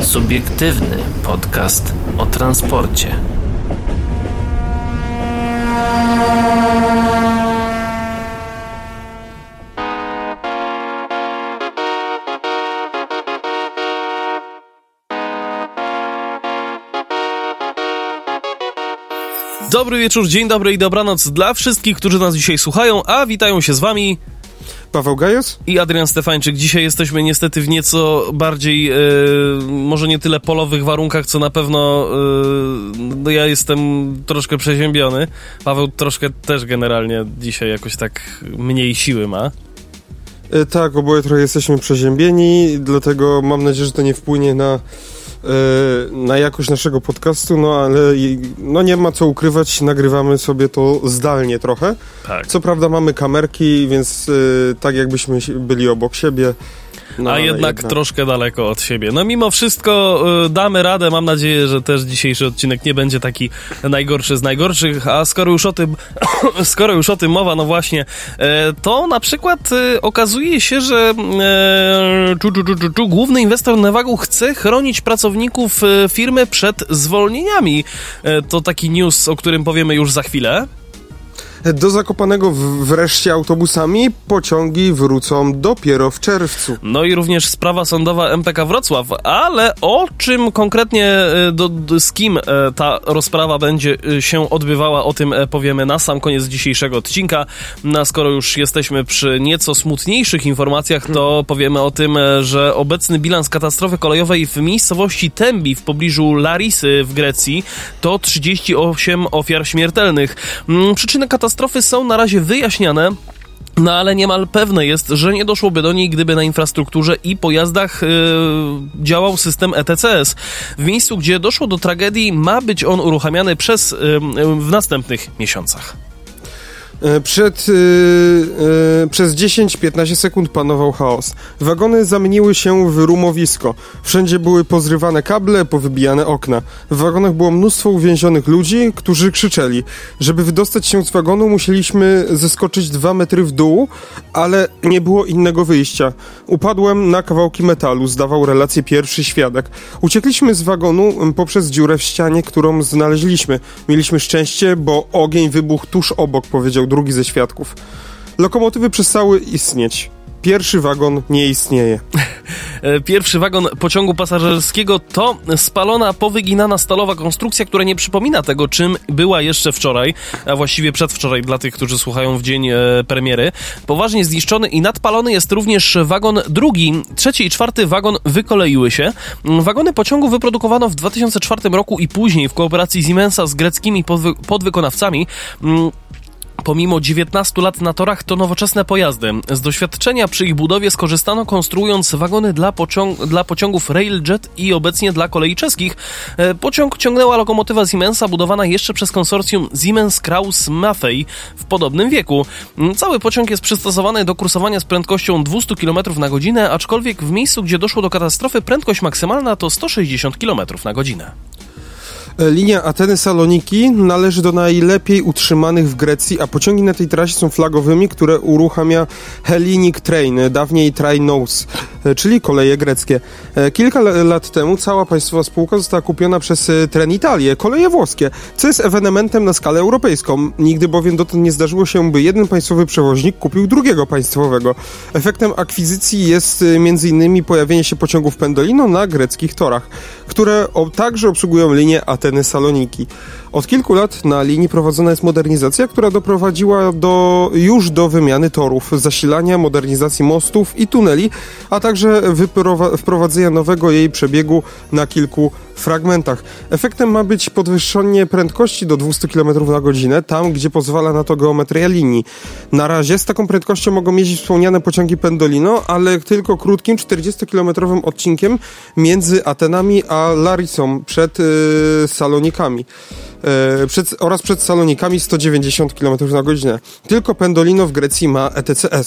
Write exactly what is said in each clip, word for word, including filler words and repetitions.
Subiektywny podcast o transporcie. Dobry wieczór, dzień dobry i dobranoc dla wszystkich, którzy nas dzisiaj słuchają, a witają się z wami Paweł Gajos i Adrian Stefańczyk. Dzisiaj jesteśmy niestety w nieco bardziej, e, może nie tyle polowych warunkach, co na pewno e, no ja jestem troszkę przeziębiony. Paweł troszkę też generalnie dzisiaj jakoś tak mniej siły ma. E, tak, oboje trochę jesteśmy przeziębieni, dlatego mam nadzieję, że to nie wpłynie na na jakość naszego podcastu, no ale no nie ma co ukrywać, nagrywamy sobie to zdalnie trochę. Tak. Co prawda mamy kamerki, więc y, tak jakbyśmy byli obok siebie. No, a jednak, jednak troszkę daleko od siebie. No mimo wszystko y, damy radę, mam nadzieję, że też dzisiejszy odcinek nie będzie taki najgorszy z najgorszych, a skoro już o tym skoro już o tym mowa, no właśnie, e, to na przykład e, okazuje się, że e, czu, czu, czu, czu, główny inwestor Nevago chce chronić pracowników e, firmy przed zwolnieniami. E, to taki news, o którym powiemy już za chwilę. Do Zakopanego wreszcie autobusami pociągi wrócą dopiero w czerwcu. No i również sprawa sądowa M P K Wrocław, ale o czym konkretnie, do, do, z kim ta rozprawa będzie się odbywała, o tym powiemy na sam koniec dzisiejszego odcinka. No, skoro już jesteśmy przy nieco smutniejszych informacjach, to powiemy o tym, że obecny bilans katastrofy kolejowej w miejscowości Tembi w pobliżu Larisy w Grecji to trzydzieści osiem ofiar śmiertelnych. Przyczyny katastrofy Katastrofy są na razie wyjaśniane, no ale niemal pewne jest, że nie doszłoby do niej, gdyby na infrastrukturze i pojazdach yy, działał system E T C S. W miejscu, gdzie doszło do tragedii, ma być on uruchamiany przez, yy, w następnych miesiącach. Przed, yy, yy, przez dziesięć do piętnastu sekund panował chaos. Wagony zamieniły się w rumowisko. Wszędzie były pozrywane kable, powybijane okna. W wagonach było mnóstwo uwięzionych ludzi, którzy krzyczeli. Żeby wydostać się z wagonu, musieliśmy zeskoczyć dwa metry w dół, ale nie było innego wyjścia. Upadłem na kawałki metalu, zdawał relację pierwszy świadek. Uciekliśmy z wagonu poprzez dziurę w ścianie, którą znaleźliśmy. Mieliśmy szczęście, bo ogień wybuchł tuż obok, powiedział drugi ze świadków. Lokomotywy przestały istnieć. Pierwszy wagon nie istnieje. Pierwszy wagon pociągu pasażerskiego to spalona, powyginana stalowa konstrukcja, która nie przypomina tego, czym była jeszcze wczoraj, a właściwie przedwczoraj dla tych, którzy słuchają w dzień e, premiery. Poważnie zniszczony i nadpalony jest również wagon drugi. Trzeci i czwarty wagon wykoleiły się. Wagony pociągu wyprodukowano w dwa tysiące czwartym roku i później w kooperacji Siemensa z greckimi podwy- podwykonawcami. Pomimo dziewiętnastu lat na torach to nowoczesne pojazdy. Z doświadczenia przy ich budowie skorzystano, konstruując wagony dla, pociąg- dla pociągów Railjet i obecnie dla kolei czeskich. Pociąg ciągnęła lokomotywa Siemensa budowana jeszcze przez konsorcjum Siemens-Krauss-Maffei w podobnym wieku. Cały pociąg jest przystosowany do kursowania z prędkością dwieście kilometrów na godzinę, aczkolwiek w miejscu, gdzie doszło do katastrofy, prędkość maksymalna to sto sześćdziesiąt kilometrów na godzinę. Linia Ateny-Saloniki należy do najlepiej utrzymanych w Grecji, a pociągi na tej trasie są flagowymi, które uruchamia Hellenic Train, dawniej Trainos, czyli koleje greckie. Kilka lat temu cała państwowa spółka została kupiona przez Trenitalię, koleje włoskie, co jest ewenementem na skalę europejską. Nigdy bowiem dotąd nie zdarzyło się, by jeden państwowy przewoźnik kupił drugiego państwowego. Efektem akwizycji jest między innymi pojawienie się pociągów Pendolino na greckich torach, które także obsługują linię Ateny Saloniki. Od kilku lat na linii prowadzona jest modernizacja, która doprowadziła do, już do wymiany torów, zasilania, modernizacji mostów i tuneli, a także wyprowa- wprowadzenia nowego jej przebiegu na kilku fragmentach. Efektem ma być podwyższenie prędkości do dwieście kilometrów na godzinę, tam gdzie pozwala na to geometria linii. Na razie z taką prędkością mogą jeździć wspomniane pociągi Pendolino, ale tylko krótkim czterdziestokilometrowym odcinkiem między Atenami a Larisą przed yy, Salonikami. Yy, przed, oraz przed Salonikami sto dziewięćdziesiąt kilometrów na godzinę. Tylko Pendolino w Grecji ma E T C S.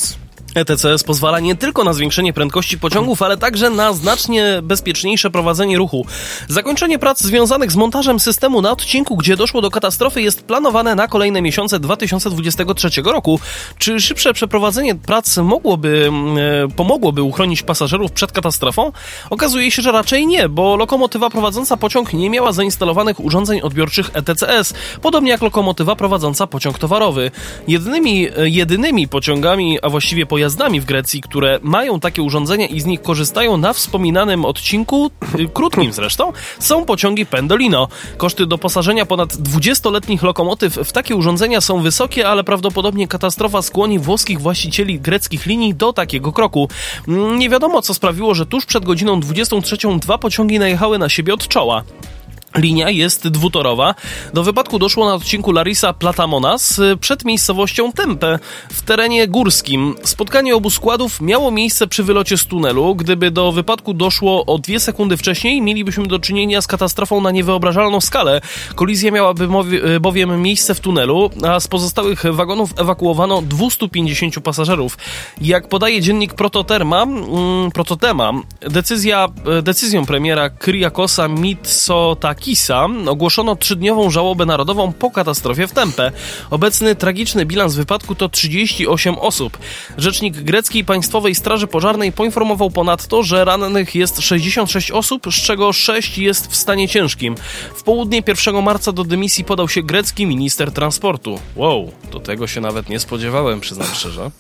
E T C S pozwala nie tylko na zwiększenie prędkości pociągów, ale także na znacznie bezpieczniejsze prowadzenie ruchu. Zakończenie prac związanych z montażem systemu na odcinku, gdzie doszło do katastrofy, jest planowane na kolejne miesiące dwa tysiące dwudziestego trzeciego roku. Czy szybsze przeprowadzenie prac mogłoby, e, pomogłoby uchronić pasażerów przed katastrofą? Okazuje się, że raczej nie, bo lokomotywa prowadząca pociąg nie miała zainstalowanych urządzeń odbiorczych E T C S, podobnie jak lokomotywa prowadząca pociąg towarowy. Jedynymi, jedynymi pociągami, a właściwie pojazdami w Grecji, które mają takie urządzenia i z nich korzystają na wspominanym odcinku, krótkim zresztą, są pociągi Pendolino. Koszty doposażenia ponad dwudziestoletnich lokomotyw w takie urządzenia są wysokie, ale prawdopodobnie katastrofa skłoni włoskich właścicieli greckich linii do takiego kroku. Nie wiadomo, co sprawiło, że tuż przed godziną dwudziestą trzecią dwa pociągi najechały na siebie od czoła. Linia jest dwutorowa. Do wypadku doszło na odcinku Larissa-Platamonas przed miejscowością Tempe w terenie górskim. Spotkanie obu składów miało miejsce przy wylocie z tunelu. Gdyby do wypadku doszło o dwie sekundy wcześniej, mielibyśmy do czynienia z katastrofą na niewyobrażalną skalę. Kolizja miałaby bowiem miejsce w tunelu, a z pozostałych wagonów ewakuowano dwieście pięćdziesiąt pasażerów. Jak podaje dziennik Prototerma, mm, Prototema, decyzja, decyzją premiera Kyriakosa Mitsotakisa Kisa ogłoszono trzydniową żałobę narodową po katastrofie w Tempe. Obecny tragiczny bilans wypadku to trzydzieści osiem osób. Rzecznik greckiej Państwowej Straży Pożarnej poinformował ponadto, że rannych jest sześćdziesiąt sześć osób, z czego sześć jest w stanie ciężkim. W południe pierwszego marca do dymisji podał się grecki minister transportu. Wow, do tego się nawet nie spodziewałem, przyznam szczerze.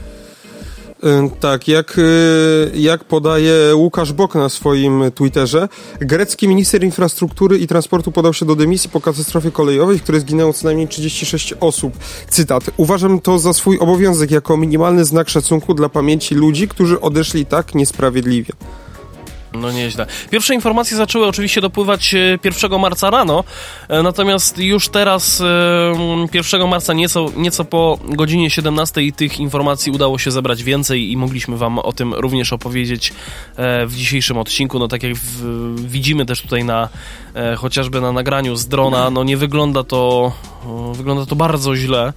Tak, jak, jak podaje Łukasz Bok na swoim Twitterze, grecki minister infrastruktury i transportu podał się do dymisji po katastrofie kolejowej, w której zginęło co najmniej trzydzieści sześć osób. Cytat. Uważam to za swój obowiązek jako minimalny znak szacunku dla pamięci ludzi, którzy odeszli tak niesprawiedliwie. No nieźle. Pierwsze informacje zaczęły oczywiście dopływać pierwszego marca rano, natomiast już teraz pierwszego marca nieco, nieco po godzinie siedemnastej tych informacji udało się zebrać więcej i mogliśmy wam o tym również opowiedzieć w dzisiejszym odcinku. No tak jak w, widzimy też tutaj na chociażby na nagraniu z drona, no nie wygląda to wygląda to bardzo źle.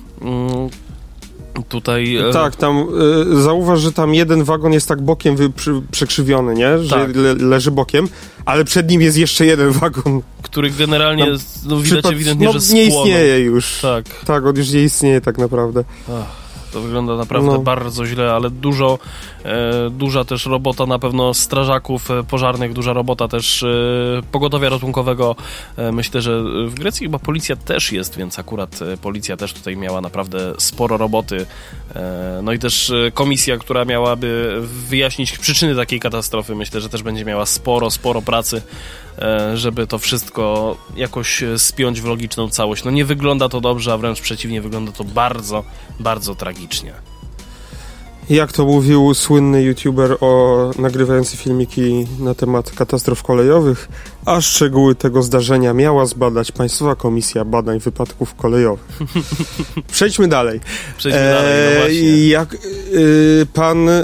Tutaj... Tak, tam y, zauważ, że tam jeden wagon jest tak bokiem wy, przy, przekrzywiony, nie? Że tak. le, leży bokiem, ale przed nim jest jeszcze jeden wagon. Który generalnie, no, no widać przypad, ewidentnie, no, że spłonął. nie istnieje już. Tak. Tak, on już nie istnieje tak naprawdę. Ach. To wygląda naprawdę no. bardzo źle, ale dużo, e, duża też robota na pewno strażaków e, pożarnych, duża robota też e, pogotowia ratunkowego. E, myślę, że w Grecji chyba policja też jest, więc akurat e, policja też tutaj miała naprawdę sporo roboty. E, no i też e, komisja, która miałaby wyjaśnić przyczyny takiej katastrofy, myślę, że też będzie miała sporo, sporo pracy, e, żeby to wszystko jakoś spiąć w logiczną całość. No nie wygląda to dobrze, a wręcz przeciwnie, wygląda to bardzo, bardzo tragicznie. Jak to mówił słynny youtuber o nagrywający filmiki na temat katastrof kolejowych, a szczegóły tego zdarzenia miała zbadać Państwowa Komisja Badań Wypadków Kolejowych. Przejdźmy dalej. Przejdźmy e, dalej, no właśnie. Jak y, pan... Y,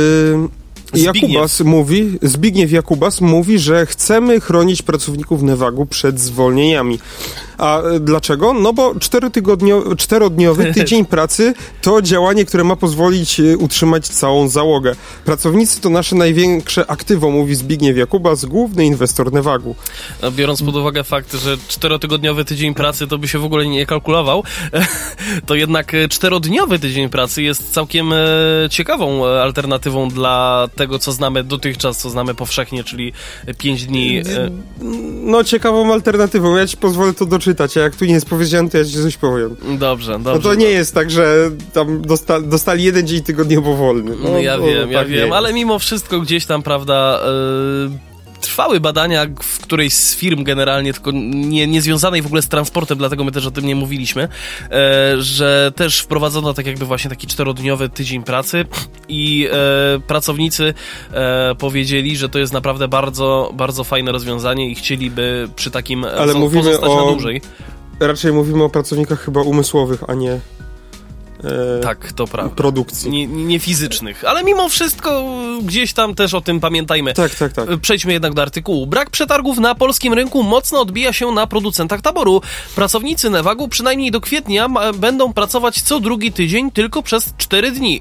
Jakubas mówi, Zbigniew Jakubas mówi, że chcemy chronić pracowników Nevagu przed zwolnieniami. A dlaczego? No bo czterotygodniowy, czterodniowy tydzień pracy to działanie, które ma pozwolić utrzymać całą załogę. Pracownicy to nasze największe aktywo, mówi Zbigniew Jakubas, główny inwestor Nevagu. No, biorąc pod uwagę fakt, że czterotygodniowy tydzień pracy to by się w ogóle nie kalkulował, to jednak czterodniowy tydzień pracy jest całkiem ciekawą alternatywą dla tego, co znamy dotychczas, co znamy powszechnie, czyli pięć dni. No ciekawą alternatywą, ja ci pozwolę to doczytać, a jak tu nie jest powiedziane, to ja ci coś powiem. Dobrze, dobrze. No to nie jest tak, że tam dosta- dostali jeden dzień tygodniowo wolny. No, no ja wiem, no, ja tak wiem, ale mimo wszystko gdzieś tam, prawda... Yy... Trwały badania w którejś z firm generalnie, tylko nie, nie związanej w ogóle z transportem, dlatego my też o tym nie mówiliśmy, e, że też wprowadzono tak jakby właśnie taki czterodniowy tydzień pracy i e, pracownicy e, powiedzieli, że to jest naprawdę bardzo, bardzo fajne rozwiązanie i chcieliby przy takim Ale zo- mówimy pozostać o, na dłużej. Raczej mówimy o pracownikach chyba umysłowych, a nie E, tak, to prawda. Produkcji. Nie, nie fizycznych, ale mimo wszystko gdzieś tam też o tym pamiętajmy. Tak, tak, tak. Przejdźmy jednak do artykułu. Brak przetargów na polskim rynku mocno odbija się na producentach taboru. Pracownicy Nevagu przynajmniej do kwietnia ma, będą pracować co drugi tydzień tylko przez cztery dni.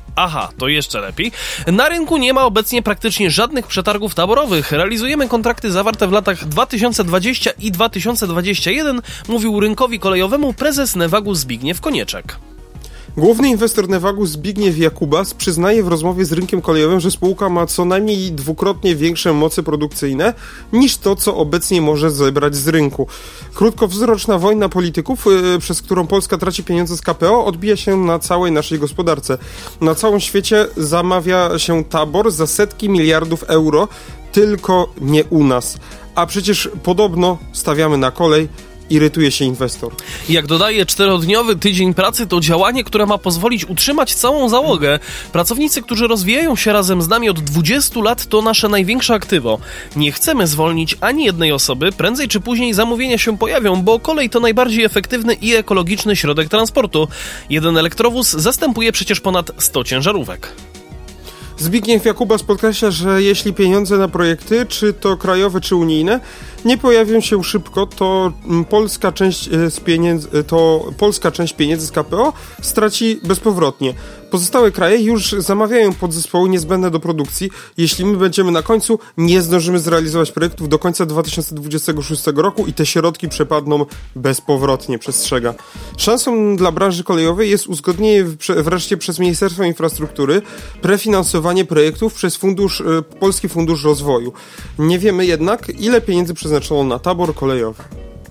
Aha, to jeszcze lepiej. Na rynku nie ma obecnie praktycznie żadnych przetargów taborowych. Realizujemy kontrakty zawarte w latach dwa tysiące dwudziestym i dwa tysiące dwudziestym pierwszym, mówił rynkowi kolejowemu prezes Newagu Zbigniew Konieczek. Główny inwestor Newagu Zbigniew Jakubas przyznaje w rozmowie z rynkiem kolejowym, że spółka ma co najmniej dwukrotnie większe moce produkcyjne niż to, co obecnie może zebrać z rynku. Krótkowzroczna wojna polityków, yy, przez którą Polska traci pieniądze z K P O, odbija się na całej naszej gospodarce. Na całym świecie zamawia się tabor za setki miliardów euro, tylko nie u nas. A przecież podobno stawiamy na kolej. Irytuje się inwestor. Jak dodaje, czterodniowy tydzień pracy to działanie, które ma pozwolić utrzymać całą załogę. Pracownicy, którzy rozwijają się razem z nami od dwudziestu lat, to nasze największe aktywo. Nie chcemy zwolnić ani jednej osoby, prędzej czy później zamówienia się pojawią, bo kolej to najbardziej efektywny i ekologiczny środek transportu. Jeden elektrowóz zastępuje przecież ponad sto ciężarówek. Zbigniew Jakubas podkreśla, że jeśli pieniądze na projekty, czy to krajowe, czy unijne, nie pojawią się szybko, to polska część z pieniędzy, to polska część pieniędzy z K P O straci bezpowrotnie. Pozostałe kraje już zamawiają podzespoły niezbędne do produkcji. Jeśli my będziemy na końcu, nie zdążymy zrealizować projektów do końca dwa tysiące dwudziestego szóstego roku i te środki przepadną bezpowrotnie, przestrzega. Szansą dla branży kolejowej jest uzgodnienie wreszcie przez Ministerstwo Infrastruktury prefinansowanie projektów przez fundusz, Polski Fundusz Rozwoju. Nie wiemy jednak, ile pieniędzy przeznaczono na tabor kolejowy.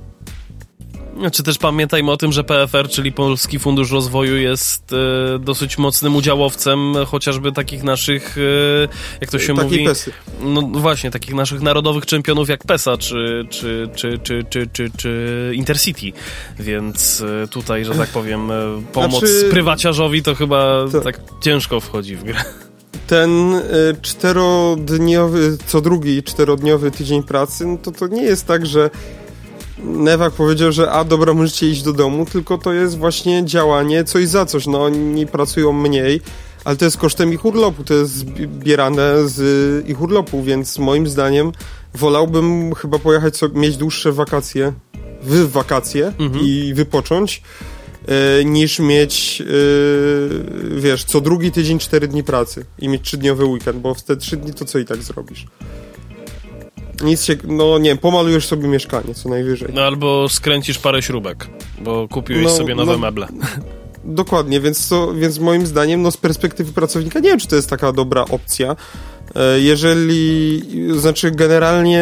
Czy też pamiętajmy o tym, że P F R, czyli Polski Fundusz Rozwoju, jest e, dosyć mocnym udziałowcem chociażby takich naszych, e, jak to się Takiej mówi... pesy. No właśnie, takich naszych narodowych czempionów jak PESA czy, czy, czy, czy, czy, czy, czy Intercity. Więc e, tutaj, że tak powiem, e, pomoc znaczy... prywaciarzowi to chyba to... tak ciężko wchodzi w grę. Ten y, czterodniowy, co drugi czterodniowy tydzień pracy, no to to nie jest tak, że Newag powiedział, że a dobra, możecie iść do domu, tylko to jest właśnie działanie coś za coś. No oni pracują mniej, ale to jest kosztem ich urlopu, to jest zbierane z ich urlopu, więc moim zdaniem wolałbym chyba pojechać sobie, mieć dłuższe wakacje, w wakacje mhm. i wypocząć, y, niż mieć, y, wiesz, co drugi tydzień cztery dni pracy i mieć trzydniowy weekend, bo w te trzy dni to co i tak zrobisz? Nic się, no nie wiem, pomalujesz sobie mieszkanie, co najwyżej. No albo skręcisz parę śrubek, bo kupiłeś no, sobie nowe no, meble. Dokładnie, więc, to, więc moim zdaniem, no z perspektywy pracownika, nie wiem, czy to jest taka dobra opcja. Jeżeli, znaczy generalnie,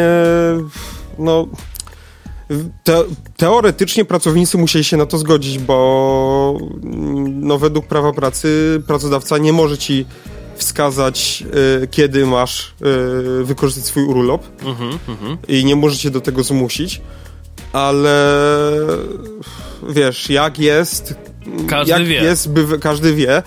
no te, teoretycznie pracownicy musieli się na to zgodzić, bo no według prawa pracy pracodawca nie może ci wskazać, y, kiedy masz y, wykorzystać swój urlop mm-hmm, mm-hmm. i nie możecie do tego zmusić, ale wiesz, jak jest, każdy jak wie. jest, by, każdy wie. E,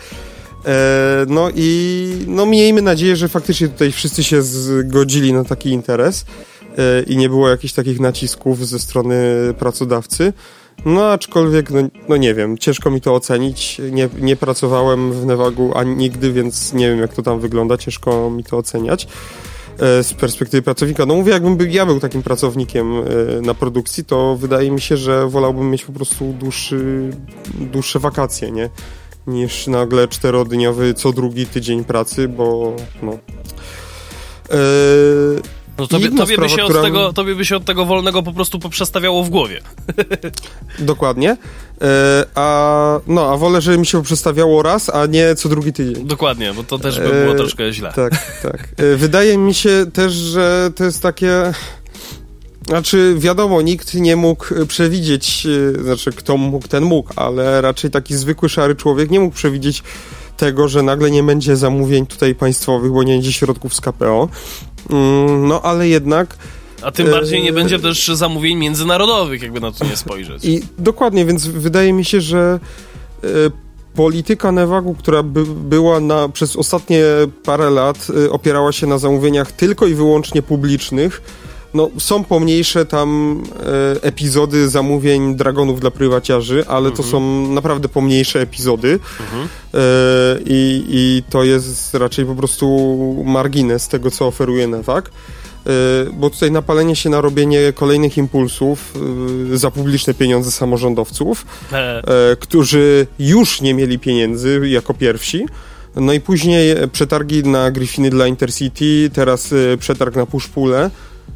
no i no miejmy nadzieję, że faktycznie tutaj wszyscy się zgodzili na taki interes e, i nie było jakichś takich nacisków ze strony pracodawcy. No aczkolwiek, no, no nie wiem, ciężko mi to ocenić, nie, nie pracowałem w Newagu ani nigdy, więc nie wiem jak to tam wygląda, ciężko mi to oceniać e, z perspektywy pracownika. No mówię, jakbym był, ja był takim pracownikiem e, na produkcji, to wydaje mi się, że wolałbym mieć po prostu dłuższy, dłuższe wakacje, nie? Niż nagle czterodniowy, co drugi tydzień pracy, bo no... E, No tobie, tobie, sprawa, by się która... od tego, tobie by się od tego wolnego po prostu poprzestawiało w głowie. Dokładnie. E, a, no, a wolę, żeby mi się poprzestawiało raz, a nie co drugi tydzień. Dokładnie, bo to też by było e, troszkę źle. Tak, tak. E, wydaje mi się też, że to jest takie... Znaczy, wiadomo, nikt nie mógł przewidzieć, znaczy kto mógł, ten mógł, ale raczej taki zwykły, szary człowiek nie mógł przewidzieć tego, że nagle nie będzie zamówień tutaj państwowych, bo nie będzie środków z K P O. No, ale jednak... A tym bardziej nie e... będzie też zamówień międzynarodowych, jakby na to nie spojrzeć. I dokładnie, więc wydaje mi się, że e, polityka Newagu, która by, była na, przez ostatnie parę lat e, opierała się na zamówieniach tylko i wyłącznie publicznych. No, są pomniejsze tam e, epizody zamówień dragonów dla prywaciarzy, ale to mhm. są naprawdę pomniejsze epizody mhm. e, i, i to jest raczej po prostu margines tego, co oferuje Newag. E, bo tutaj napalenie się na robienie kolejnych impulsów e, za publiczne pieniądze samorządowców, e, którzy już nie mieli pieniędzy jako pierwsi, No i później przetargi na Griffiny dla Intercity, teraz y, przetarg na Push-Pule.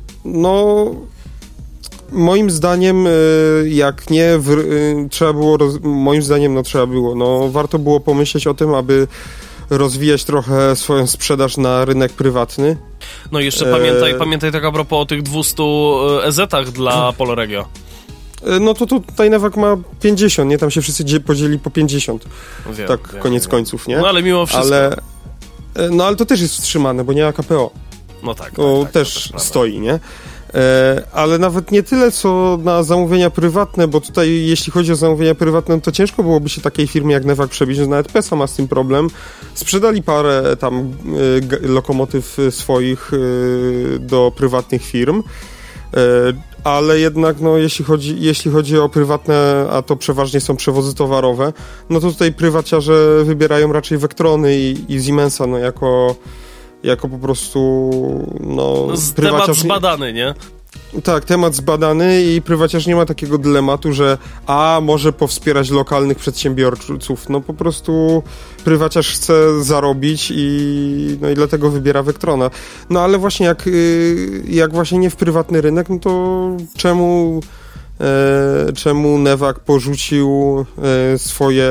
No, moim zdaniem, y, jak nie, w, y, trzeba było, roz, moim zdaniem, no trzeba było, no warto było pomyśleć o tym, aby rozwijać trochę swoją sprzedaż na rynek prywatny. No i jeszcze e... pamiętaj, pamiętaj tak a propos o tych dwustu E Z-ach dla Poloregio. No to tutaj Nevak ma pięćdziesiąt, nie? Tam się wszyscy podzieli po pięćdziesiąt. Wiem, tak wiem, koniec wiem. końców, nie? No ale mimo wszystko. Ale, no ale to też jest wstrzymane, bo nie ma K P O. No tak. To tak, tak, też to też stoi, nie? E, ale nawet nie tyle, co na zamówienia prywatne, bo tutaj jeśli chodzi o zamówienia prywatne, to ciężko byłoby się takiej firmie jak Nevak przebić, że nawet Pesa ma z tym problem. Sprzedali parę tam y, lokomotyw swoich y, do prywatnych firm, y, ale jednak no, jeśli chodzi, jeśli chodzi o prywatne, a to przeważnie są przewozy towarowe, no to tutaj prywaciarze wybierają raczej Vectrony i, i Siemensa, no jako jako po prostu, no... Temat zbadany, nie? Tak, temat zbadany i prywaciarz nie ma takiego dylematu, że a, może powspierać lokalnych przedsiębiorców. No po prostu prywaciarz chce zarobić i, no i dlatego wybiera Vectrona. No ale właśnie jak, jak właśnie nie w prywatny rynek, no to czemu... E, czemu Nevak porzucił e, swoje,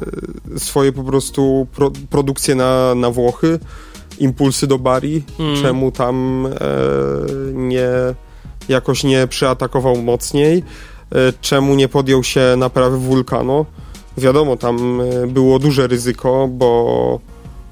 swoje po prostu pro, produkcje na, na Włochy, impulsy do Bari, hmm. czemu tam e, nie jakoś nie przeatakował mocniej, e, czemu nie podjął się naprawy Vulcano. Wiadomo, tam e, było duże ryzyko, bo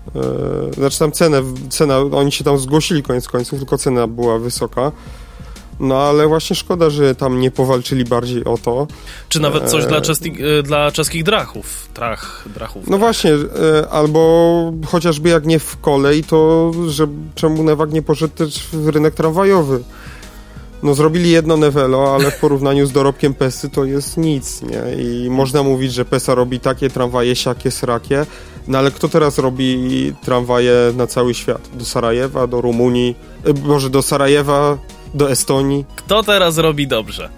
e, znaczy tam cenę, cena, oni się tam zgłosili koniec końców, tylko cena była wysoka. No ale właśnie szkoda, że tam nie powalczyli bardziej o to. Czy nawet coś e... dla, czeskich, dla czeskich drachów. Drach, drachów. No drach. właśnie, e, albo chociażby jak nie w kolej, to że czemu Nevak nie poszedł też w rynek tramwajowy? No zrobili jedno Nevelo, ale w porównaniu z dorobkiem Pesy to jest nic, nie? I można mówić, że Pesa robi takie tramwaje, siakie, srakie, no ale kto teraz robi tramwaje na cały świat? Do Sarajewa, do Rumunii, e, Boże, do Sarajewa, do Estonii. Kto teraz robi dobrze?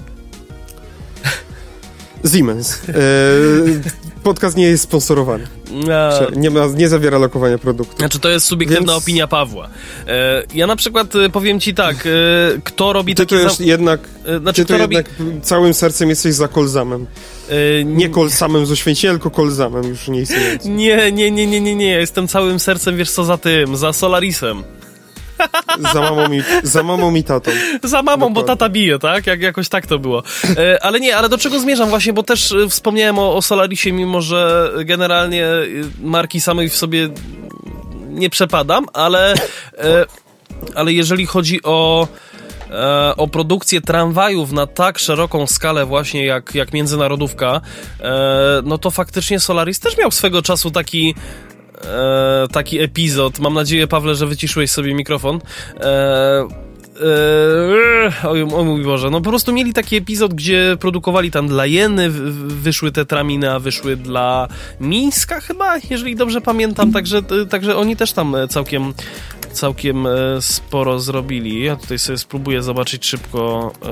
Siemens. E, podcast nie jest sponsorowany. A... Nie, ma, nie zawiera lokowania produktu. Znaczy to jest subiektywna Więc... opinia Pawła. E, ja na przykład e, powiem ci tak, e, kto robi ty takie... To za... jednak, e, znaczy, ty to robi... jednak całym sercem jesteś za Kolzamem. E, nie Kolsamem z Oświęcimia, tylko Kolzamem już nie istniejącym. Nie, nie, nie, nie, nie, nie. Jestem całym sercem, wiesz co, za tym, za Solarisem. Za mamą i, za mamą i tatą. Za mamą, Dokładnie. Bo tata bije, tak? Jak, jakoś tak to było. E, ale nie, ale do czego zmierzam właśnie, bo też e, wspomniałem o, o Solarisie, mimo że generalnie e, marki samej w sobie nie przepadam, ale, e, ale jeżeli chodzi o e, o produkcję tramwajów na tak szeroką skalę właśnie jak, jak międzynarodówka, e, no to faktycznie Solaris też miał swego czasu taki E, taki epizod. Mam nadzieję, Pawle, że wyciszyłeś sobie mikrofon. E, e, oj, o mój Boże, no po prostu mieli taki epizod, gdzie produkowali tam dla Jeny, wyszły te traminy, a wyszły dla Mińska chyba, jeżeli dobrze pamiętam, także, także oni też tam całkiem całkiem sporo zrobili. Ja tutaj sobie spróbuję zobaczyć szybko e,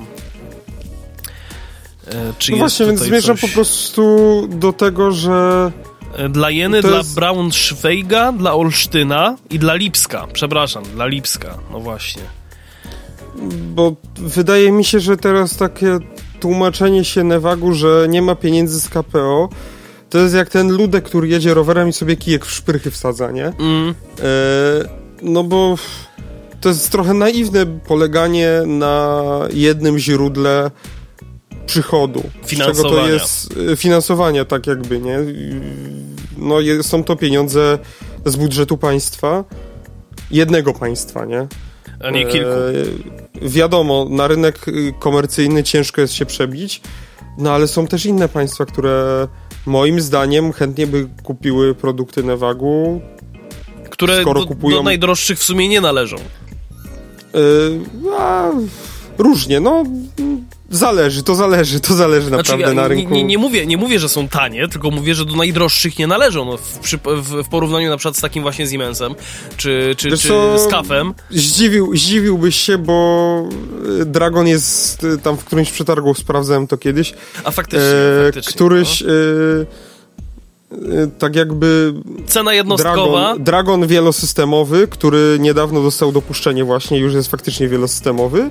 e, czy no jest właśnie, więc zmierzam coś... po prostu do tego, że Dla Jeny, to dla jest... Braunschweiga, dla Olsztyna i dla Lipska. Przepraszam, dla Lipska. No właśnie. Bo wydaje mi się, że teraz takie tłumaczenie się Nevagu, że nie ma pieniędzy z K P O, to jest jak ten ludek, który jedzie rowerem i sobie kijek w szprychy wsadza, nie? Mm. E, no bo to jest trochę naiwne poleganie na jednym źródle przychodu. Finansowania. Z czego to jest finansowania, tak jakby, nie? No są to pieniądze z budżetu państwa, jednego państwa, nie? A nie kilku. E, wiadomo, na rynek komercyjny ciężko jest się przebić, no ale są też inne państwa, które moim zdaniem chętnie by kupiły produkty Nevagu, które skoro do, kupują... do najdroższych w sumie nie należą. E, a, różnie, no... Zależy, to zależy, to zależy znaczy, naprawdę ja na rynku. Nie, nie, mówię, nie mówię, że są tanie, tylko mówię, że do najdroższych nie należą. No, w, przy, w, w porównaniu na przykład z takim właśnie Siemensem, czy, czy, czy z Kafem. Zdziwił, zdziwiłbyś się, bo Dragon jest tam w którymś przetargu, sprawdzałem to kiedyś. A faktycznie, e, faktycznie Któryś... no. tak jakby... Cena jednostkowa. Dragon, Dragon wielosystemowy, który niedawno dostał dopuszczenie właśnie, już jest faktycznie wielosystemowy,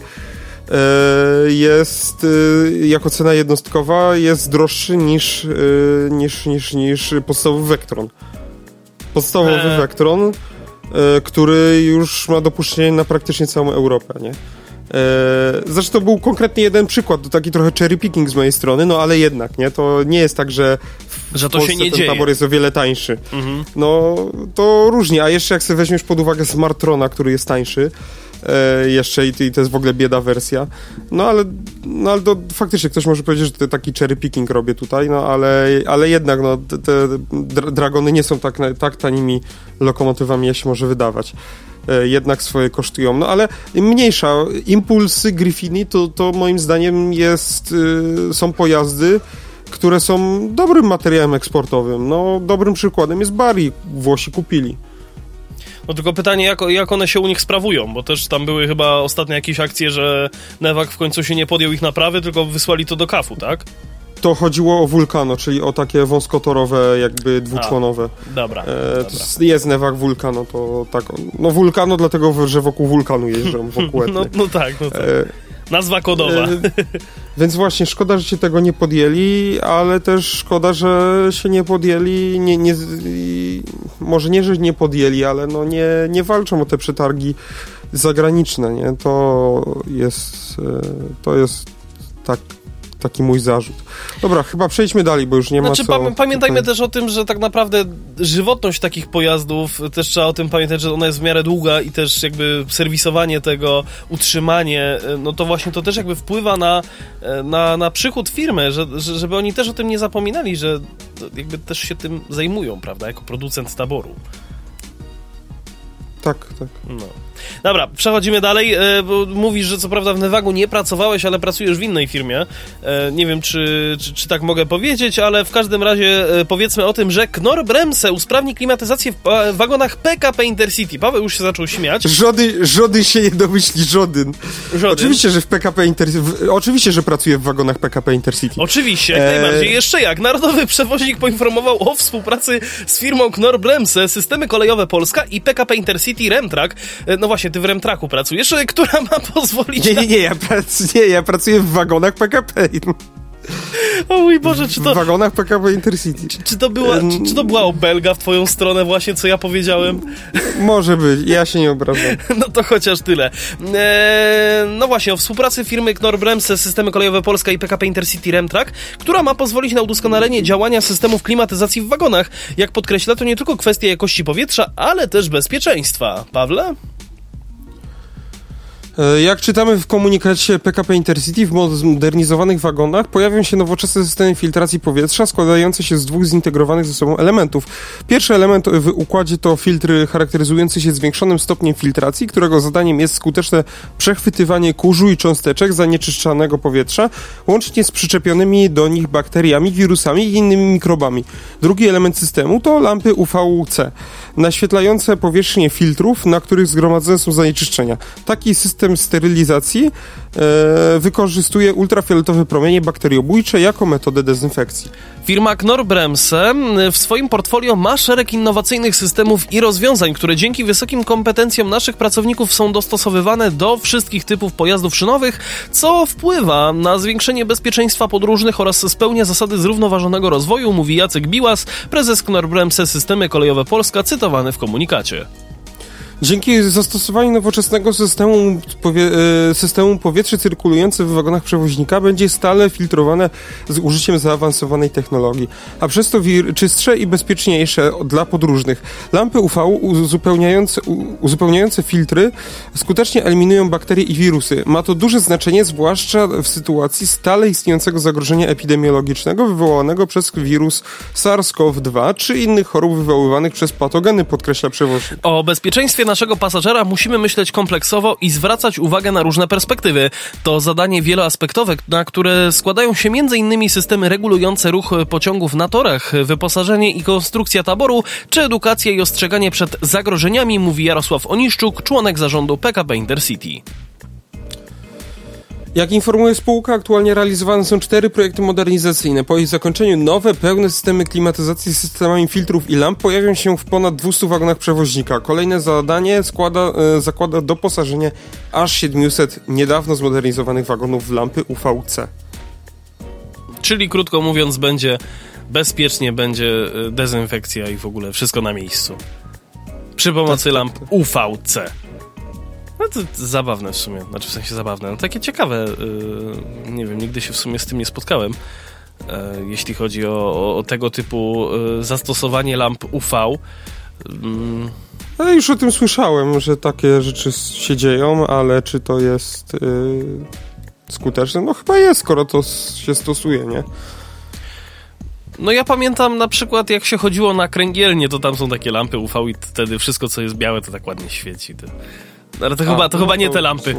jest jako cena jednostkowa jest droższy niż, niż, niż, niż podstawowy Vectron. Podstawowy eee. Vectron, który już ma dopuszczenie na praktycznie całą Europę, nie? Zresztą to był konkretnie jeden przykład, to taki trochę cherry picking z mojej strony, no ale jednak, nie? To nie jest tak, że w że to Polsce się nie ten dzieje. Tabor jest o wiele tańszy. Mhm. No, to różnie, a jeszcze jak sobie weźmiesz pod uwagę Smartrona, który jest tańszy, e, jeszcze i, i to jest w ogóle bieda wersja, no ale, no, ale to faktycznie ktoś może powiedzieć, że to taki cherry picking robię tutaj, no ale, ale jednak, no, te, te Dragony nie są tak, tak tanimi lokomotywami, jak się może wydawać. Jednak swoje kosztują, no ale mniejsza. Impulsy, Griffiny to, to moim zdaniem jest, y, są pojazdy, które są dobrym materiałem eksportowym. No, dobrym przykładem jest Bari. Włosi kupili. No tylko pytanie, jak, jak one się u nich sprawują, bo też tam były chyba ostatnio jakieś akcje, że Newag w końcu się nie podjął ich naprawy, tylko wysłali to do kafu, tak? To chodziło o Vulcano, czyli o takie wąskotorowe, jakby dwuczłonowe. A, dobra, e, dobra. To jest Newag Vulcano, to tak. No Vulcano dlatego, że wokół wulkanu jeżdżą, wokół Etny. no, no tak, no tak. E, Nazwa kodowa. E, więc właśnie, szkoda, że się tego nie podjęli, ale też szkoda, że się nie podjęli, nie, nie, może nie, że nie podjęli, ale no nie, nie walczą o te przetargi zagraniczne, nie? To jest, to jest tak, taki mój zarzut. Dobra, chyba przejdźmy dalej, bo już nie znaczy, ma co... Pa- pamiętajmy tutaj... też o tym, że tak naprawdę żywotność takich pojazdów, też trzeba o tym pamiętać, że ona jest w miarę długa i też jakby serwisowanie tego, utrzymanie, no to właśnie to też jakby wpływa na, na, na przychód firmy, że, że, żeby oni też o tym nie zapominali, że jakby też się tym zajmują, prawda, jako producent taboru. Tak, tak. No. Dobra, przechodzimy dalej, bo mówisz, że co prawda w Nevagu nie pracowałeś, ale pracujesz w innej firmie. Nie wiem, czy, czy, czy tak mogę powiedzieć, ale w każdym razie powiedzmy o tym, że Knorr-Bremse usprawni klimatyzację w wagonach P K P Intercity. Paweł już się zaczął śmiać. Żody, żody się nie domyśli, żodyn. żodyn. Oczywiście, że w P K P Intercity, oczywiście, że pracuję w wagonach P K P Intercity. Oczywiście, jak e... najbardziej. Jeszcze jak. Narodowy Przewoźnik poinformował o współpracy z firmą Knorr-Bremse, Systemy Kolejowe Polska i P K P Intercity Remtrack. No właśnie, ty w Remtracku pracujesz, która ma pozwolić... Nie, nie, nie, ja, prac, nie, ja pracuję w wagonach P K P. O mój Boże, czy to... W wagonach P K P Intercity. Czy, czy, to była, czy, czy to była obelga w twoją stronę właśnie, co ja powiedziałem? Może być, ja się nie obrażam. No to chociaż tyle. Eee, no właśnie, o współpracy firmy Knorr-Bremse, Systemy Kolejowe Polska i P K P Intercity Remtrack, która ma pozwolić na udoskonalenie działania systemów klimatyzacji w wagonach. Jak podkreśla, to nie tylko kwestia jakości powietrza, ale też bezpieczeństwa. Pawle? Jak czytamy w komunikacie P K P Intercity, w modernizowanych wagonach pojawią się nowoczesne systemy filtracji powietrza składające się z dwóch zintegrowanych ze sobą elementów. Pierwszy element w układzie to filtr charakteryzujący się zwiększonym stopniem filtracji, którego zadaniem jest skuteczne przechwytywanie kurzu i cząsteczek zanieczyszczanego powietrza, łącznie z przyczepionymi do nich bakteriami, wirusami i innymi mikrobami. Drugi element systemu to lampy U V C, naświetlające powierzchnię filtrów, na których zgromadzone są zanieczyszczenia. Taki system sterylizacji e, wykorzystuje ultrafioletowe promienie bakteriobójcze jako metodę dezynfekcji. Firma Knorr-Bremse w swoim portfolio ma szereg innowacyjnych systemów i rozwiązań, które dzięki wysokim kompetencjom naszych pracowników są dostosowywane do wszystkich typów pojazdów szynowych, co wpływa na zwiększenie bezpieczeństwa podróżnych oraz spełnia zasady zrównoważonego rozwoju, mówi Jacek Biłas, prezes Knorr-Bremse Systemy Kolejowe Polska, cytowany w komunikacie. Dzięki zastosowaniu nowoczesnego systemu, powie, systemu powietrze cyrkulujące w wagonach przewoźnika będzie stale filtrowane z użyciem zaawansowanej technologii, a przez to wir, czystsze i bezpieczniejsze dla podróżnych. Lampy U V uzupełniające, uzupełniające filtry skutecznie eliminują bakterie i wirusy. Ma to duże znaczenie, zwłaszcza w sytuacji stale istniejącego zagrożenia epidemiologicznego wywołanego przez wirus SARS-C o V dwa czy innych chorób wywoływanych przez patogeny, podkreśla przewoźnik. O bezpieczeństwie naszego pasażera musimy myśleć kompleksowo i zwracać uwagę na różne perspektywy. To zadanie wieloaspektowe, na które składają się między innymi systemy regulujące ruch pociągów na torach, wyposażenie i konstrukcja taboru, czy edukacja i ostrzeganie przed zagrożeniami, mówi Jarosław Oniszczuk, członek zarządu P K P Intercity. Jak informuje spółka, aktualnie realizowane są cztery projekty modernizacyjne. Po ich zakończeniu nowe, pełne systemy klimatyzacji z systemami filtrów i lamp pojawią się w ponad dwustu wagonach przewoźnika. Kolejne zadanie składa, e, zakłada doposażenie aż siedmiuset niedawno zmodernizowanych wagonów w lampy U V C. Czyli krótko mówiąc, będzie bezpiecznie, będzie dezynfekcja i w ogóle wszystko na miejscu. Przy pomocy tak, lamp tak, tak. U V C. No to, to zabawne w sumie, znaczy w sensie zabawne, no takie ciekawe, yy, nie wiem, nigdy się w sumie z tym nie spotkałem, yy, jeśli chodzi o, o, o tego typu yy, zastosowanie lamp U V. Yy. Ale już o tym słyszałem, że takie rzeczy się dzieją, ale czy to jest yy, skuteczne? No chyba jest, skoro to się stosuje, nie? No ja pamiętam na przykład, jak się chodziło na kręgielnię, to tam są takie lampy U V i wtedy wszystko, co jest białe, to tak ładnie świeci. To... Ale to, A, chyba, to no, chyba nie te lampy.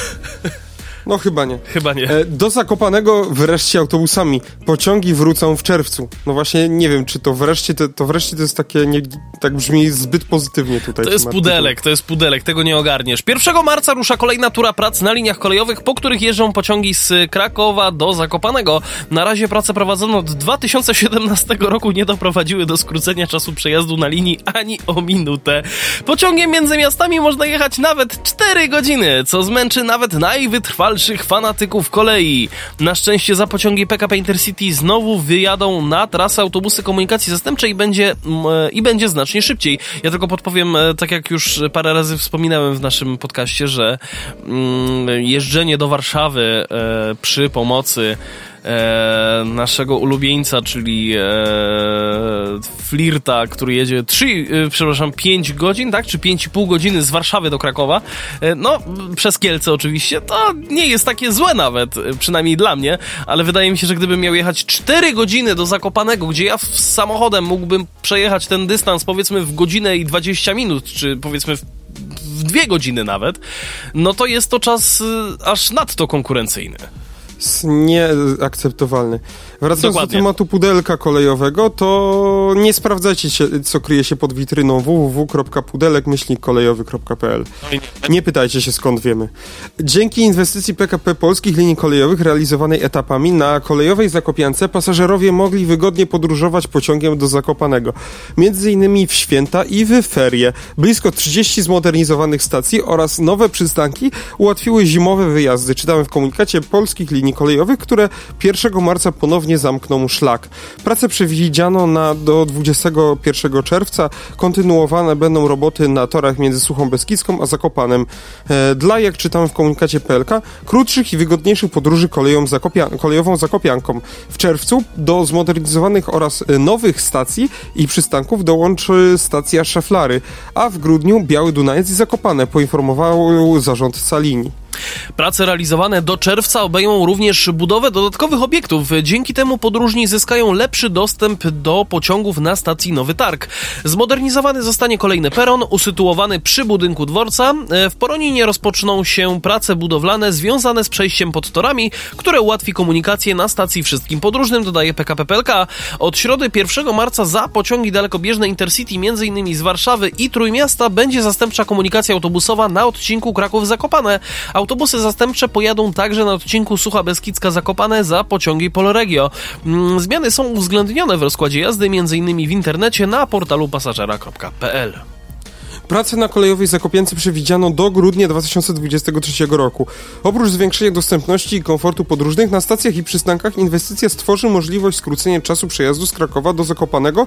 No chyba nie. Chyba nie. E, do Zakopanego wreszcie autobusami. Pociągi wrócą w czerwcu. No właśnie nie wiem, czy to wreszcie to, to wreszcie to jest takie, nie, tak brzmi zbyt pozytywnie tutaj. To jest pudelek, to jest pudelek, tego nie ogarniesz. pierwszego marca rusza kolejna tura prac na liniach kolejowych, po których jeżdżą pociągi z Krakowa do Zakopanego. Na razie prace prowadzone od dwa tysiące siedemnastego roku nie doprowadziły do skrócenia czasu przejazdu na linii ani o minutę. Pociągiem między miastami można jechać nawet cztery godziny, co zmęczy nawet najwytrwalszych fanatyków kolei. Na szczęście za pociągi P K P Intercity znowu wyjadą na trasę autobusy komunikacji zastępczej i będzie, i będzie znacznie szybciej. Ja tylko podpowiem, tak jak już parę razy wspominałem w naszym podcaście, że mm, jeżdżenie do Warszawy e, przy pomocy E, naszego ulubieńca, czyli e, Flirta, który jedzie trzy, e, przepraszam, pięć godzin, tak? Czy pięć i pół godziny z Warszawy do Krakowa. E, no, przez Kielce oczywiście. To nie jest takie złe nawet, przynajmniej dla mnie, ale wydaje mi się, że gdybym miał jechać cztery godziny do Zakopanego, gdzie ja z samochodem mógłbym przejechać ten dystans powiedzmy w godzinę i dwadzieścia minut, czy powiedzmy w w dwie godziny nawet, no to jest to czas y, aż nadto konkurencyjny. Nieakceptowalny. Wracając Dokładnie. do tematu pudelka kolejowego, to nie sprawdzajcie się, co kryje się pod witryną w w w kropka pudelek myślnik kolejowy kropka p l. Nie pytajcie się, skąd wiemy. Dzięki inwestycji P K P Polskich Linii Kolejowych realizowanej etapami na kolejowej Zakopiance pasażerowie mogli wygodnie podróżować pociągiem do Zakopanego. Między innymi w święta i w ferie. Blisko trzydzieści zmodernizowanych stacji oraz nowe przystanki ułatwiły zimowe wyjazdy. Czytałem w komunikacie Polskich Linii Kolejowych, które pierwszego marca ponownie zamkną szlak. Prace przewidziano na do dwudziestego pierwszego czerwca. Kontynuowane będą roboty na torach między Suchą Beskidzką a Zakopanem. E, dla, jak czytamy w komunikacie P L K, krótszych i wygodniejszych podróży koleją Zakopia- kolejową Zakopianką. W czerwcu do zmodernizowanych oraz nowych stacji i przystanków dołączy stacja Szaflary, a w grudniu Biały Dunajec i Zakopane, poinformował zarządca linii. Prace realizowane do czerwca obejmą również budowę dodatkowych obiektów. Dzięki temu podróżni zyskają lepszy dostęp do pociągów na stacji Nowy Targ. Zmodernizowany zostanie kolejny peron, usytuowany przy budynku dworca. W Poroninie rozpoczną się prace budowlane związane z przejściem pod torami, które ułatwi komunikację na stacji wszystkim podróżnym, dodaje P K P P L K. Od środy pierwszego marca za pociągi dalekobieżne Intercity, między innymi z Warszawy i Trójmiasta, będzie zastępcza komunikacja autobusowa na odcinku Kraków-Zakopane. Autobusy zastępcze pojadą także na odcinku Sucha Beskidzka-Zakopane za pociągi Polregio. Zmiany są uwzględnione w rozkładzie jazdy, m.in. w internecie na portalu pasażera kropka p l. Prace na kolejowej Zakopiance przewidziano do grudnia dwa tysiące dwudziestego trzeciego roku. Oprócz zwiększenia dostępności i komfortu podróżnych na stacjach i przystankach inwestycja stworzy możliwość skrócenia czasu przejazdu z Krakowa do Zakopanego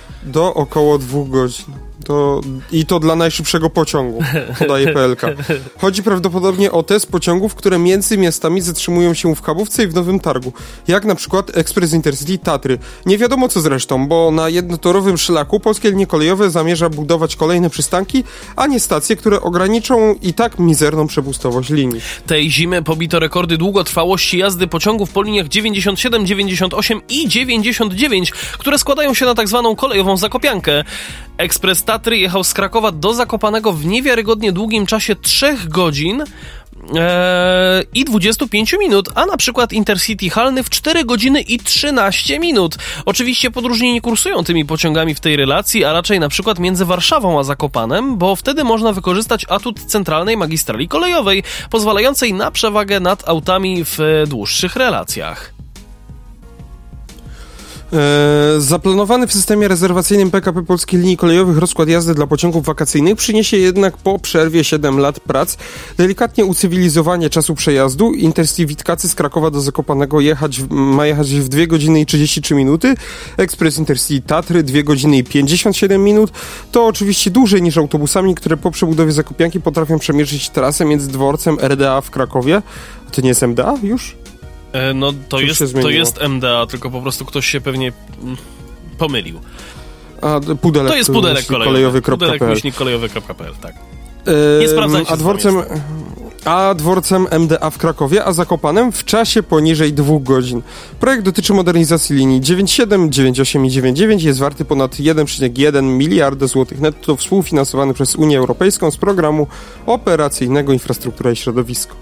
do około dwóch godzin. To, I to dla najszybszego pociągu, podaje P L K. Chodzi prawdopodobnie o te z pociągów, które między miastami zatrzymują się w Chabówce i w Nowym Targu, jak na przykład Ekspres Intercity Tatry. Nie wiadomo co zresztą, bo na jednotorowym szlaku Polskie Linie Kolejowe zamierza budować kolejne przystanki, a nie stacje, które ograniczą i tak mizerną przepustowość linii. Tej zimy pobito rekordy długotrwałości jazdy pociągów po liniach dziewięćdziesiąt siedem, dziewięćdziesiąt osiem i dziewięćdziesiąt dziewięć, które składają się na tak zwaną kolejową Zakopiankę. Ekspres Tatry jechał z Krakowa do Zakopanego w niewiarygodnie długim czasie trzech godzin, e, i dwudziestu pięciu minut, a na przykład Intercity Halny w cztery godziny i trzynaście minut. Oczywiście podróżni nie kursują tymi pociągami w tej relacji, a raczej na przykład między Warszawą a Zakopanem, bo wtedy można wykorzystać atut centralnej magistrali kolejowej, pozwalającej na przewagę nad autami w dłuższych relacjach. E, zaplanowany w systemie rezerwacyjnym P K P Polskich Linii Kolejowych rozkład jazdy dla pociągów wakacyjnych przyniesie jednak po przerwie siedem lat prac delikatnie ucywilizowanie czasu przejazdu. Intercity Witkacy z Krakowa do Zakopanego jechać, ma jechać w dwie godziny i trzydzieści trzy minuty. Ekspres Intercity Tatry dwie godziny i pięćdziesiąt siedem minut. To oczywiście dłużej niż autobusami, które po przebudowie Zakopianki potrafią przemierzyć trasę między dworcem R D A w Krakowie. A to nie jest M D A już? No to jest, to jest M D A, tylko po prostu ktoś się pewnie pomylił. A pudelek, to jest pudelek kolejowy. Pudelek myślnik kolejowy kropka p l, tak. Nie sprawdzajcie, a dworcem, a dworcem M D A w Krakowie, a Zakopanem w czasie poniżej dwóch godzin. Projekt dotyczy modernizacji linii dziewięćdziesiąt siedem, dziewięćdziesiąt osiem i dziewięćdziesiąt dziewięć. Jest warty ponad jeden przecinek jeden miliarda złotych netto, współfinansowany przez Unię Europejską z programu operacyjnego Infrastruktura i Środowisko.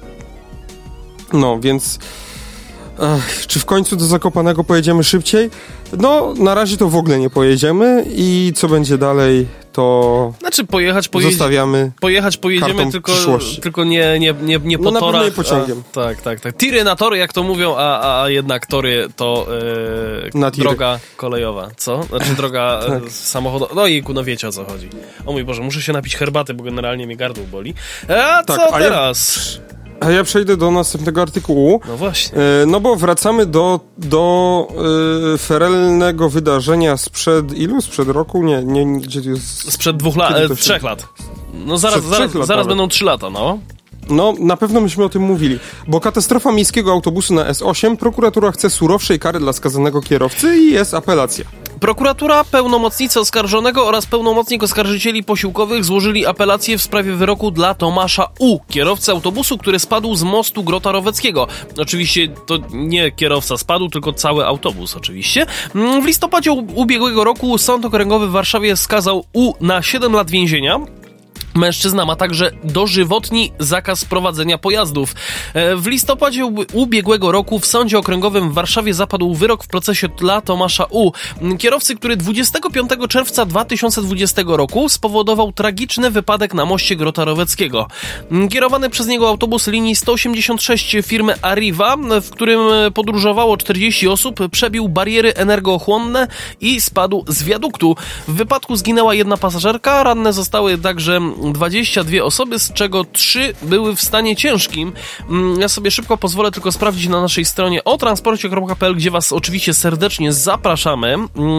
No, więc ach, czy w końcu do Zakopanego pojedziemy szybciej? No, na razie to w ogóle nie pojedziemy i co będzie dalej, to znaczy pojechać pojedzie, zostawiamy pojechać pojedziemy, tylko, tylko nie, nie, nie, nie po no, torach. Na pewno pociągiem. A, tak, tak, tak. Tiry na tory, jak to mówią, a, a jednak tory to yy, droga kolejowa. Co? Znaczy droga tak. yy, samochodowa. No i no wiecie, o co chodzi. O mój Boże, muszę się napić herbaty, bo generalnie mnie gardło boli. A tak, co a teraz? Ja... A ja przejdę do następnego artykułu. No właśnie. E, no bo wracamy do, do e, ferelnego wydarzenia sprzed ilu? Sprzed roku? Nie, nie, gdzie to jest? Sprzed dwóch lat, e, trzech lat. No zaraz, zaraz, lat zaraz będą trzy lata, no. No, na pewno myśmy o tym mówili, bo katastrofa miejskiego autobusu na S osiem, prokuratura chce surowszej kary dla skazanego kierowcy i jest apelacja. Prokuratura, pełnomocnicy oskarżonego oraz pełnomocnik oskarżycieli posiłkowych złożyli apelację w sprawie wyroku dla Tomasza U., kierowcy autobusu, który spadł z mostu Grota Roweckiego. Oczywiście to nie kierowca spadł, tylko cały autobus oczywiście. W listopadzie ubiegłego roku Sąd Okręgowy w Warszawie skazał U. na siedem lat więzienia. Mężczyzna ma także dożywotni zakaz prowadzenia pojazdów. W listopadzie ubiegłego roku w Sądzie Okręgowym w Warszawie zapadł wyrok w procesie dla Tomasza U., kierowcy, który dwudziestego piątego czerwca dwa tysiące dwudziestego roku spowodował tragiczny wypadek na moście Grota Roweckiego. Kierowany przez niego autobus linii sto osiemdziesiąt sześć firmy Arriva, w którym podróżowało czterdzieści osób, przebił bariery energochłonne i spadł z wiaduktu. W wypadku zginęła jedna pasażerka, ranne zostały także dwadzieścia dwie osoby, z czego trzy były w stanie ciężkim. Ja sobie szybko pozwolę tylko sprawdzić na naszej stronie o transporcie kropka p l, gdzie was oczywiście serdecznie zapraszamy,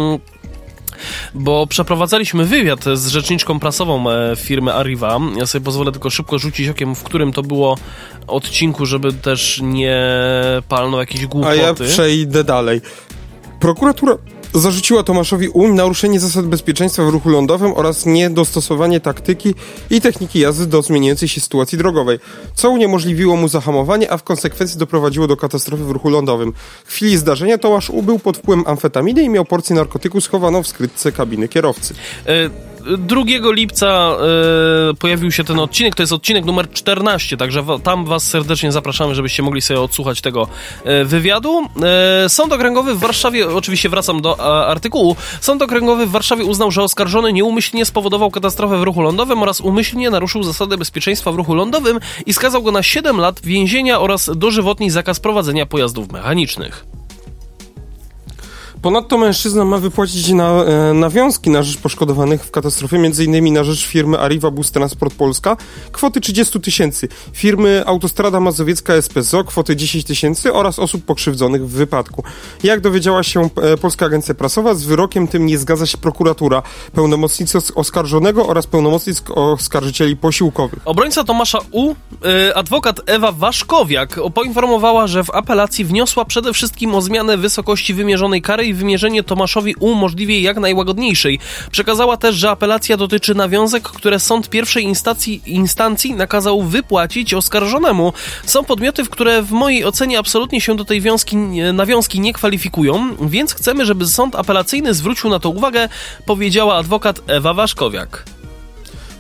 bo przeprowadzaliśmy wywiad z rzeczniczką prasową firmy Arriva. Ja sobie pozwolę tylko szybko rzucić okiem, w którym to było odcinku, żeby też nie palnął jakieś głupoty. A ja przejdę dalej. Prokuratura zarzuciła Tomaszowi U. naruszenie zasad bezpieczeństwa w ruchu lądowym oraz niedostosowanie taktyki i techniki jazdy do zmieniającej się sytuacji drogowej, co uniemożliwiło mu zahamowanie, a w konsekwencji doprowadziło do katastrofy w ruchu lądowym. W chwili zdarzenia Tomasz U. był pod wpływem amfetaminy i miał porcję narkotyku schowaną w skrytce kabiny kierowcy. Y- drugiego lipca y, pojawił się ten odcinek, to jest odcinek numer czternaście, także w, tam was serdecznie zapraszamy, żebyście mogli sobie odsłuchać tego y, wywiadu. Y, Sąd Okręgowy w Warszawie, oczywiście wracam do a, artykułu, Sąd Okręgowy w Warszawie uznał, że oskarżony nieumyślnie spowodował katastrofę w ruchu lądowym oraz umyślnie naruszył zasady bezpieczeństwa w ruchu lądowym i skazał go na siedem lat więzienia oraz dożywotni zakaz prowadzenia pojazdów mechanicznych. Ponadto mężczyzna ma wypłacić na, e, nawiązki na rzecz poszkodowanych w katastrofie, m.in. na rzecz firmy Arriva Bus Transport Polska kwoty trzydzieści tysięcy, firmy Autostrada Mazowiecka S P Z O kwoty dziesięć tysięcy oraz osób pokrzywdzonych w wypadku. Jak dowiedziała się e, Polska Agencja Prasowa, z wyrokiem tym nie zgadza się prokuratura, pełnomocnicy oskarżonego oraz pełnomocnic oskarżycieli posiłkowych. Obrońca Tomasza U., e, adwokat Ewa Waszkowiak, poinformowała, że w apelacji wniosła przede wszystkim o zmianę wysokości wymierzonej kary i wymierzenie Tomaszowi U. możliwie jak najłagodniejszej. Przekazała też, że apelacja dotyczy nawiązek, które sąd pierwszej instancji, instancji nakazał wypłacić oskarżonemu. Są podmioty, w które w mojej ocenie absolutnie się do tej wiązki, nawiązki nie kwalifikują, więc chcemy, żeby sąd apelacyjny zwrócił na to uwagę, powiedziała adwokat Ewa Waszkowiak.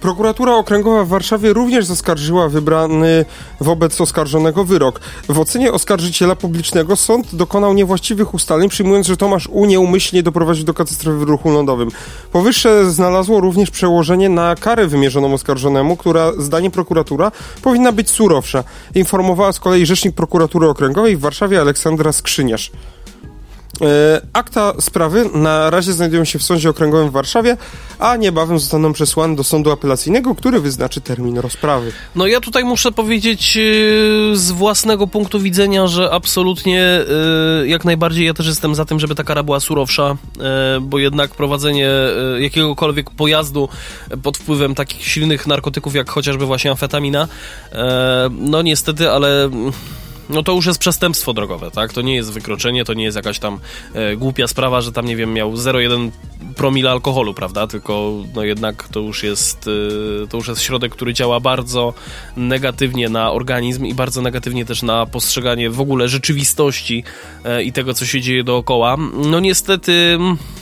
Prokuratura Okręgowa w Warszawie również zaskarżyła wybrany wobec oskarżonego wyrok. W ocenie oskarżyciela publicznego sąd dokonał niewłaściwych ustaleń, przyjmując, że Tomasz U. nieumyślnie doprowadził do katastrofy w ruchu lądowym. Powyższe znalazło również przełożenie na karę wymierzoną oskarżonemu, która, zdaniem prokuratura, powinna być surowsza. Informowała z kolei rzecznik prokuratury okręgowej w Warszawie Aleksandra Skrzyniarz. E, akta sprawy na razie znajdują się w Sądzie Okręgowym w Warszawie, a niebawem zostaną przesłane do sądu apelacyjnego, który wyznaczy termin rozprawy. No ja tutaj muszę powiedzieć yy, z własnego punktu widzenia, że absolutnie yy, jak najbardziej ja też jestem za tym, żeby ta kara była surowsza, yy, bo jednak prowadzenie yy, jakiegokolwiek pojazdu pod wpływem takich silnych narkotyków, jak chociażby właśnie amfetamina, yy, no niestety, ale... No to już jest przestępstwo drogowe, tak? To nie jest wykroczenie, to nie jest jakaś tam e, głupia sprawa, że tam, nie wiem, miał zero przecinek jeden promila alkoholu, prawda? Tylko no jednak to już jest e, to już jest środek, który działa bardzo negatywnie na organizm i bardzo negatywnie też na postrzeganie w ogóle rzeczywistości e, i tego, co się dzieje dookoła. No niestety...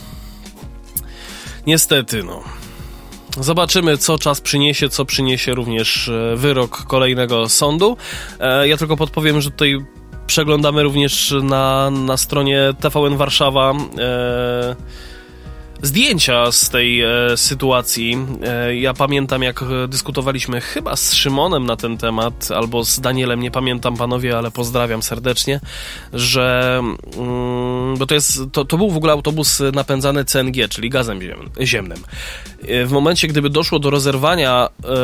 Niestety, no... Zobaczymy, co czas przyniesie, co przyniesie również wyrok kolejnego sądu. Ja tylko podpowiem, że tutaj przeglądamy również na, na stronie T V N Warszawa e, zdjęcia z tej e, sytuacji. E, ja pamiętam, jak dyskutowaliśmy chyba z Szymonem na ten temat, albo z Danielem, nie pamiętam, panowie, ale pozdrawiam serdecznie, że mm, bo to jest, to, to był w ogóle autobus napędzany C N G, czyli gazem ziem, ziemnym. E, w momencie, gdyby doszło do rozerwania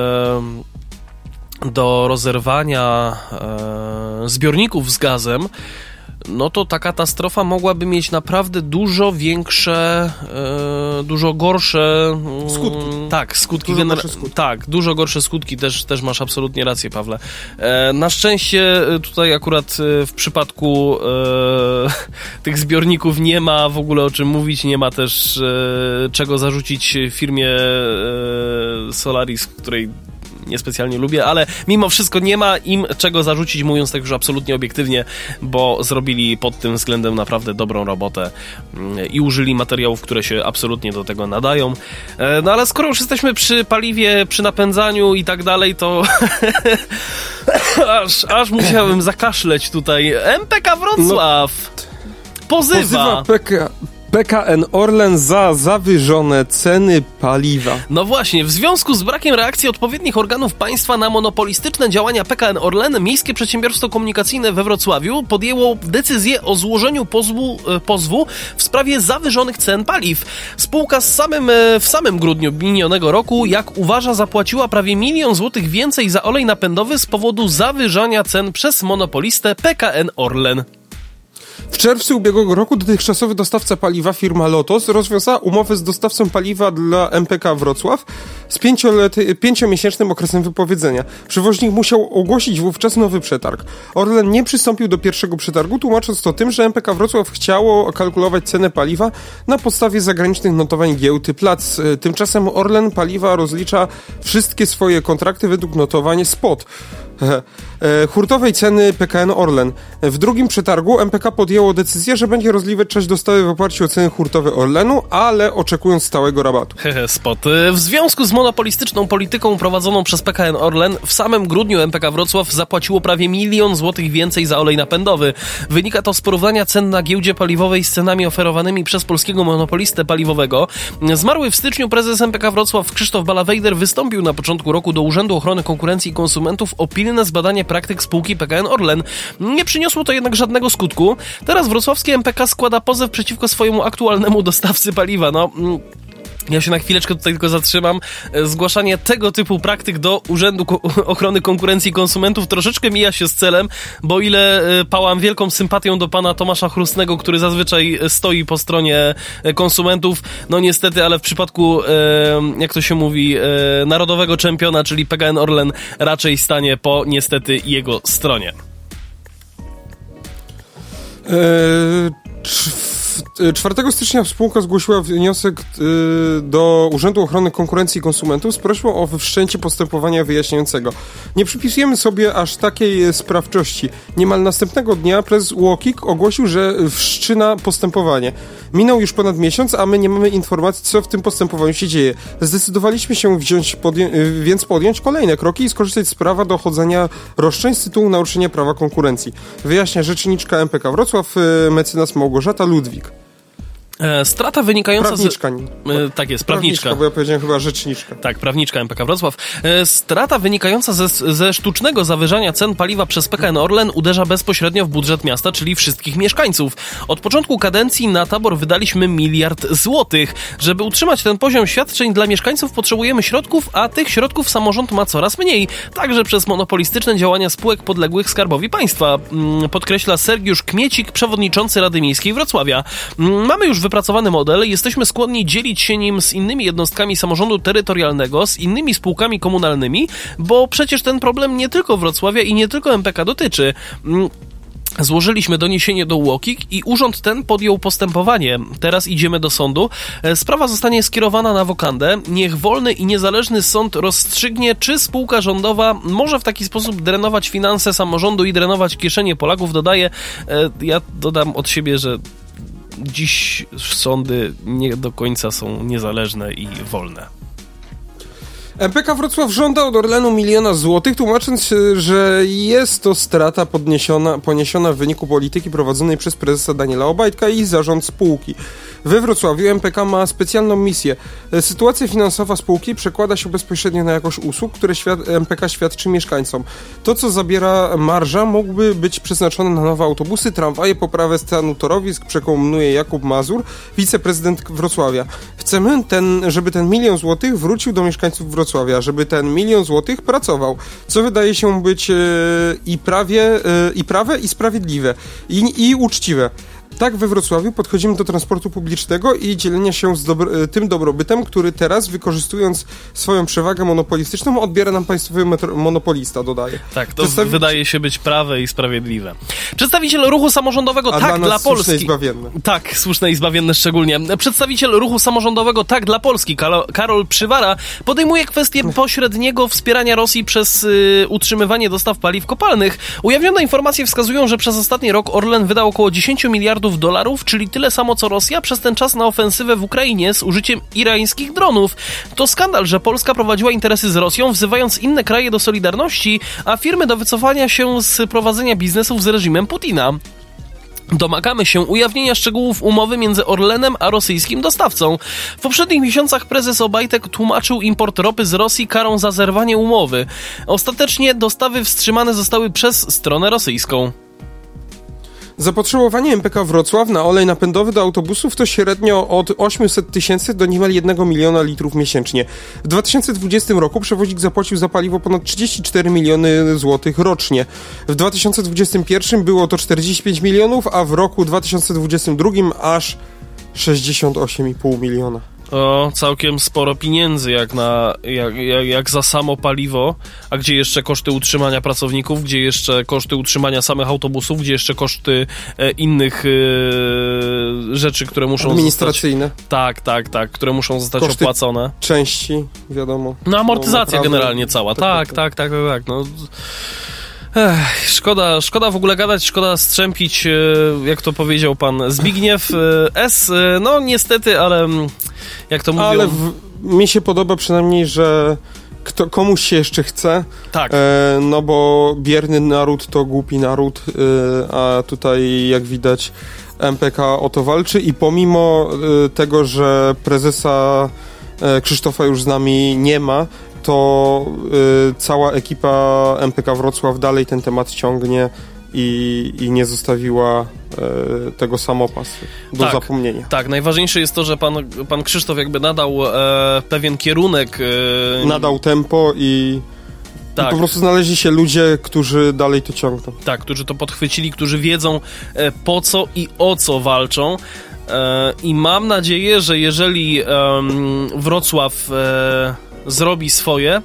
e, do rozerwania e, zbiorników z gazem, no to ta katastrofa mogłaby mieć naprawdę dużo większe, e, dużo gorsze... Skutki. Tak, skutki. Dużo gener- gorsze skutki. Tak, dużo gorsze skutki, też, też masz absolutnie rację, Pawle. E, na szczęście tutaj akurat w przypadku e, tych zbiorników nie ma w ogóle o czym mówić, nie ma też e, czego zarzucić firmie e, Solaris, której niespecjalnie lubię, ale mimo wszystko nie ma im czego zarzucić, mówiąc tak już absolutnie obiektywnie, bo zrobili pod tym względem naprawdę dobrą robotę i użyli materiałów, które się absolutnie do tego nadają. No ale skoro już jesteśmy przy paliwie, przy napędzaniu i tak dalej, to aż, aż musiałem zakaszleć tutaj. M P K Wrocław pozywa. Pozywa P K... P K N Orlen za zawyżone ceny paliwa. No właśnie, w związku z brakiem reakcji odpowiednich organów państwa na monopolistyczne działania P K N Orlen, Miejskie Przedsiębiorstwo Komunikacyjne we Wrocławiu podjęło decyzję o złożeniu pozwu, pozwu w sprawie zawyżonych cen paliw. Spółka z samym, w samym grudniu minionego roku, jak uważa, zapłaciła prawie milion złotych więcej za olej napędowy z powodu zawyżania cen przez monopolistę P K N Orlen. W czerwcu ubiegłego roku dotychczasowy dostawca paliwa, firma Lotos, rozwiązała umowę z dostawcą paliwa dla M P K Wrocław z pięciolet- pięciomiesięcznym okresem wypowiedzenia. Przewoźnik musiał ogłosić wówczas nowy przetarg. Orlen nie przystąpił do pierwszego przetargu, tłumacząc to tym, że M P K Wrocław chciało kalkulować cenę paliwa na podstawie zagranicznych notowań giełdy Platz. Tymczasem Orlen paliwa rozlicza wszystkie swoje kontrakty według notowania spot. hurtowej ceny P K N Orlen. W drugim przetargu M P K podjęło decyzję, że będzie rozliczać część dostawy w oparciu o ceny hurtowe Orlenu, ale oczekując stałego rabatu. Hehe, spot. W związku z monopolistyczną polityką prowadzoną przez P K N Orlen, w samym grudniu M P K Wrocław zapłaciło prawie milion złotych więcej za olej napędowy. Wynika to z porównania cen na giełdzie paliwowej z cenami oferowanymi przez polskiego monopolistę paliwowego. Zmarły w styczniu prezes M P K Wrocław Krzysztof Ballawejder wystąpił na początku roku do Urzędu Ochrony Konkurencji i Konsumentów o pilne zbadanie praktyk spółki P K N Orlen. Nie przyniosło to jednak żadnego skutku. Teraz wrocławskie M P K składa pozew przeciwko swojemu aktualnemu dostawcy paliwa. No... Ja się na chwileczkę tutaj tylko zatrzymam. Zgłaszanie tego typu praktyk do Urzędu Ko- Ochrony Konkurencji i Konsumentów troszeczkę mija się z celem, bo ile pałam wielką sympatią do pana Tomasza Chrustnego, który zazwyczaj stoi po stronie konsumentów, no niestety, ale w przypadku, e, jak to się mówi, e, narodowego czempiona, czyli P K N Orlen, raczej stanie po niestety jego stronie. Eee, czwartego stycznia spółka zgłosiła wniosek do Urzędu Ochrony Konkurencji i Konsumentów z prośbą o wszczęcie postępowania wyjaśniającego. Nie przypisujemy sobie aż takiej sprawczości. Niemal następnego dnia prezes U O K I K ogłosił, że wszczyna postępowanie. Minął już ponad miesiąc, a my nie mamy informacji, co w tym postępowaniu się dzieje. Zdecydowaliśmy się wziąć podję- więc podjąć kolejne kroki i skorzystać z prawa dochodzenia roszczeń z tytułu naruszenia prawa konkurencji. Wyjaśnia rzeczniczka M P K Wrocław, mecenas Małgorzata Ludwik. E, strata wynikająca prawniczka, z... E, tak jest, prawniczka. Prawniczka, bo ja powiedziałem chyba rzeczniczka. Tak, prawniczka M P K Wrocław. E, strata wynikająca ze, ze sztucznego zawyżania cen paliwa przez P K N Orlen uderza bezpośrednio w budżet miasta, czyli wszystkich mieszkańców. Od początku kadencji na tabor wydaliśmy miliard złotych. Żeby utrzymać ten poziom świadczeń dla mieszkańców potrzebujemy środków, a tych środków samorząd ma coraz mniej. Także przez monopolistyczne działania spółek podległych Skarbowi Państwa. Podkreśla Sergiusz Kmiecik, przewodniczący Rady Miejskiej Wrocławia. Mamy już wypracowany model, jesteśmy skłonni dzielić się nim z innymi jednostkami samorządu terytorialnego, z innymi spółkami komunalnymi, bo przecież ten problem nie tylko Wrocławia i nie tylko M P K dotyczy. Złożyliśmy doniesienie do U O K I K i urząd ten podjął postępowanie. Teraz idziemy do sądu. Sprawa zostanie skierowana na wokandę. Niech wolny i niezależny sąd rozstrzygnie, czy spółka rządowa może w taki sposób drenować finanse samorządu i drenować kieszenie Polaków. Dodaję, ja dodam od siebie, że dziś sądy nie do końca są niezależne i wolne. M P K Wrocław żąda od Orlenu miliona złotych, tłumacząc, że jest to strata podniesiona, poniesiona w wyniku polityki prowadzonej przez prezesa Daniela Obajtka i zarząd spółki. We Wrocławiu M P K ma specjalną misję. Sytuacja finansowa spółki przekłada się bezpośrednio na jakość usług, które świat, M P K świadczy mieszkańcom. To, co zabiera marża, mógłby być przeznaczone na nowe autobusy, tramwaje, poprawę stanu torowisk, przekonuje Jakub Mazur, wiceprezydent Wrocławia. Chcemy, ten, żeby ten milion złotych wrócił do mieszkańców Wrocławia, żeby ten milion złotych pracował, co wydaje się być e, i, prawie, e, i prawe, i sprawiedliwe, i, i uczciwe. Tak, we Wrocławiu podchodzimy do transportu publicznego i dzielenia się z dobro, tym dobrobytem, który teraz, wykorzystując swoją przewagę monopolistyczną, odbiera nam państwowy metro, monopolista, dodaje. Tak, to Przedstawi... wydaje się być prawe i sprawiedliwe. Przedstawiciel ruchu samorządowego A Tak dla, nas dla Polski. Słuszne i zbawienne. Tak, słuszne i zbawienne szczególnie. Przedstawiciel ruchu samorządowego Tak dla Polski, Karol Przywara, podejmuje kwestię pośredniego wspierania Rosji przez y, utrzymywanie dostaw paliw kopalnych. Ujawnione informacje wskazują, że przez ostatni rok Orlen wydał około dziesięć miliardów dolarów, czyli tyle samo co Rosja przez ten czas na ofensywę w Ukrainie z użyciem irańskich dronów. To skandal, że Polska prowadziła interesy z Rosją, wzywając inne kraje do solidarności, a firmy do wycofania się z prowadzenia biznesów z reżimem Putina. Domagamy się ujawnienia szczegółów umowy między Orlenem a rosyjskim dostawcą. W poprzednich miesiącach prezes Obajtek tłumaczył import ropy z Rosji karą za zerwanie umowy. Ostatecznie dostawy wstrzymane zostały przez stronę rosyjską. Zapotrzebowanie M P K Wrocław na olej napędowy do autobusów to średnio od osiemset tysięcy do niemal jednego miliona litrów miesięcznie. W dwa tysiące dwudziestym roku przewoźnik zapłacił za paliwo ponad trzydzieści cztery miliony złotych rocznie. W dwa tysiące dwudziestym pierwszym było to czterdzieści pięć milionów, a w roku dwa tysiące dwudziestym drugim aż sześćdziesiąt osiem i pół miliona. O, całkiem sporo pieniędzy jak, na, jak, jak, jak za samo paliwo, a gdzie jeszcze koszty utrzymania pracowników, gdzie jeszcze koszty utrzymania samych autobusów, gdzie jeszcze koszty e, innych e, rzeczy, które muszą administracyjne. Zostać, tak, tak, tak, które muszą zostać koszty opłacone. Części, wiadomo. No amortyzacja no, generalnie cała, tak, tak, tak, tak, tak, tak no... Ech, szkoda, szkoda w ogóle gadać, szkoda strzępić, jak to powiedział pan Zbigniew S. No niestety, ale jak to mówią... Ale w, mi się podoba przynajmniej, że kto, komuś się jeszcze chce. Tak. E, no bo bierny naród to głupi naród, e, a tutaj jak widać M P K o to walczy i pomimo e, tego, że prezesa e, Krzysztofa już z nami nie ma, to y, cała ekipa M P K Wrocław dalej ten temat ciągnie i, i nie zostawiła y, tego samopasu do tak, zapomnienia. Tak, najważniejsze jest to, że pan, pan Krzysztof jakby nadał e, pewien kierunek. E, nadał tempo i, tak. i po prostu znaleźli się ludzie, którzy dalej to ciągną. Tak, którzy to podchwycili, którzy wiedzą e, po co i o co walczą. E, I mam nadzieję, że jeżeli e, Wrocław e, zrobi swoje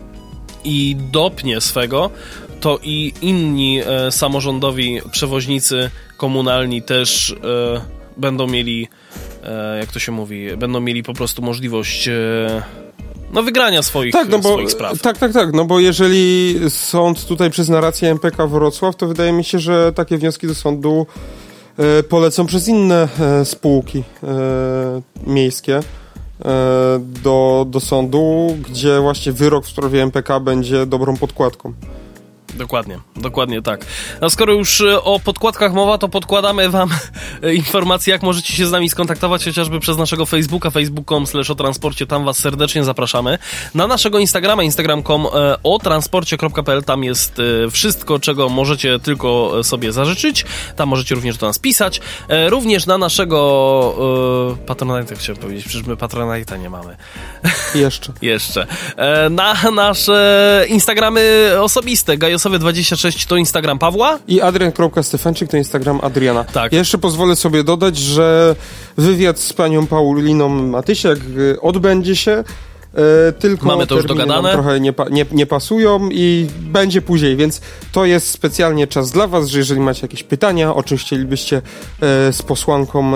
i dopnie swego, to i inni e, samorządowi przewoźnicy komunalni też e, będą mieli, e, jak to się mówi, będą mieli po prostu możliwość e, no wygrania swoich, tak, no bo, swoich spraw. Tak, tak, tak, no bo jeżeli sąd tutaj przyzna rację M P K Wrocław, to wydaje mi się, że takie wnioski do sądu e, polecą przez inne e, spółki e, miejskie e, do, do sądu, gdzie właśnie wyrok w sprawie M P K będzie dobrą podkładką. Dokładnie, dokładnie tak. A skoro już o podkładkach mowa, to podkładamy wam informacje, jak możecie się z nami skontaktować, chociażby przez naszego Facebooka, facebook kropka com slash o transporcie, tam was serdecznie zapraszamy. Na naszego Instagrama, instagram kropka com o transporcie kropka p l, tam jest wszystko, czego możecie tylko sobie zażyczyć, tam możecie również do nas pisać. Również na naszego e, Patronite'a chciałem powiedzieć, przecież my Patronite'a nie mamy. Jeszcze. Jeszcze. E, na nasze Instagramy osobiste, Gajosowie dwadzieścia sześć to Instagram Pawła. I Adrian kropka Stefanczyk to Instagram Adriana. Tak. Ja jeszcze pozwolę sobie dodać, że wywiad z panią Pauliną Matysiak odbędzie się, e, tylko mamy to już terminy dogadane. nam trochę nie, pa, nie, nie pasują i będzie później, więc to jest specjalnie czas dla was, że jeżeli macie jakieś pytania, o czym chcielibyście e, z posłanką e,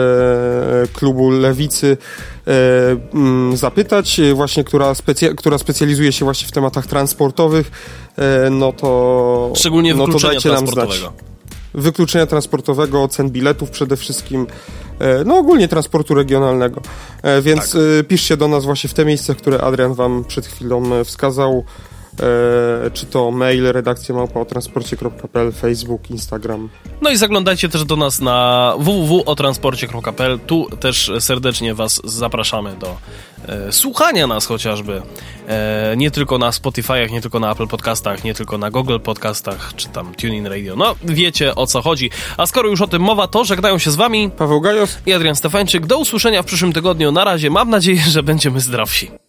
klubu Lewicy e, m, zapytać, właśnie która, specja- która specjalizuje się właśnie w tematach transportowych, e, no to Szczególnie no to wykluczenia dajcie nam transportowego. znać. Wykluczenia transportowego, cen biletów przede wszystkim, e, no ogólnie transportu regionalnego. E, więc Tak. e, piszcie do nas właśnie w te miejsca, które Adrian wam przed chwilą e, wskazał, e, czy to mail, redakcja małpa o transporcie kropka p l, Facebook, Instagram. No i zaglądajcie też do nas na w w w kropka o transporcie kropka p l. Tu też serdecznie was zapraszamy do e, słuchania nas chociażby. E, nie tylko na Spotify'ach, nie tylko na Apple Podcastach, nie tylko na Google Podcastach, czy tam TuneIn Radio. No, wiecie o co chodzi. A skoro już o tym mowa, to żegnają się z wami Paweł Gajos i Adrian Stefańczyk. Do usłyszenia w przyszłym tygodniu. Na razie mam nadzieję, że będziemy zdrowsi.